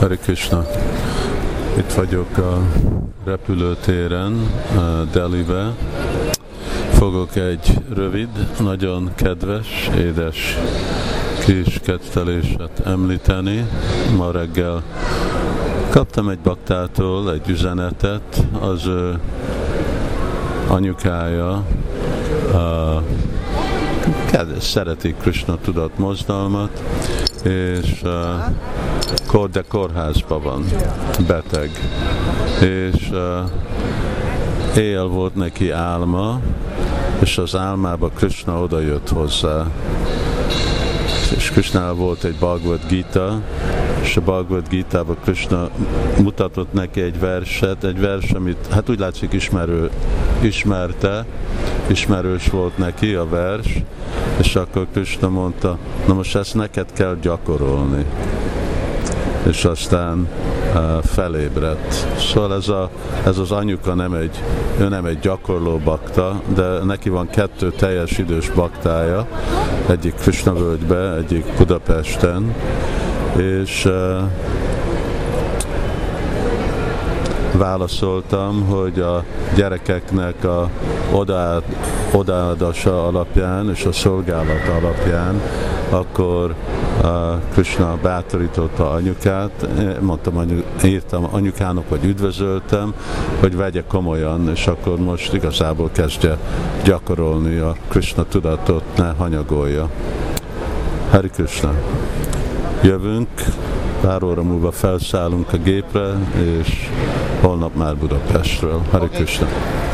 Hare Krishna. Itt vagyok a repülőtéren, Delhibe. Fogok egy rövid, nagyon kedves, édes kis ketteléset említeni. Ma reggel kaptam egy baktától egy üzenetet, az ő anyukája szereti Krishna tudat mozgalmat, és de kórházban van, beteg. És éjjel volt neki álma, és az álmába Krishna oda jött hozzá. És Krishnál volt egy Bhagavad Gita, és a Bhagavad Gitában Krishna mutatott neki egy verset, amit hát úgy látszik ismerős volt neki a vers, és akkor Krishna mondta, na most ezt neked kell gyakorolni. És aztán felébredt. Szóval ez az anyuka ő nem egy gyakorló bakta, de neki van 2 teljes idős baktája, egyik Krishna völgybe, egyik Budapesten, és válaszoltam, hogy a gyerekeknek a odaadása alapján és a szolgálat alapján akkor Krishna bátorította anyukát, írtam anyukának, vagy üdvözöltem, hogy vegye komolyan, és akkor most igazából kezdje gyakorolni a Krishna tudatot, ne hanyagolja. Hare Krishna. Jövünk, pár óra múlva felszállunk a gépre, és holnap már Budapestről. Hare Krishna.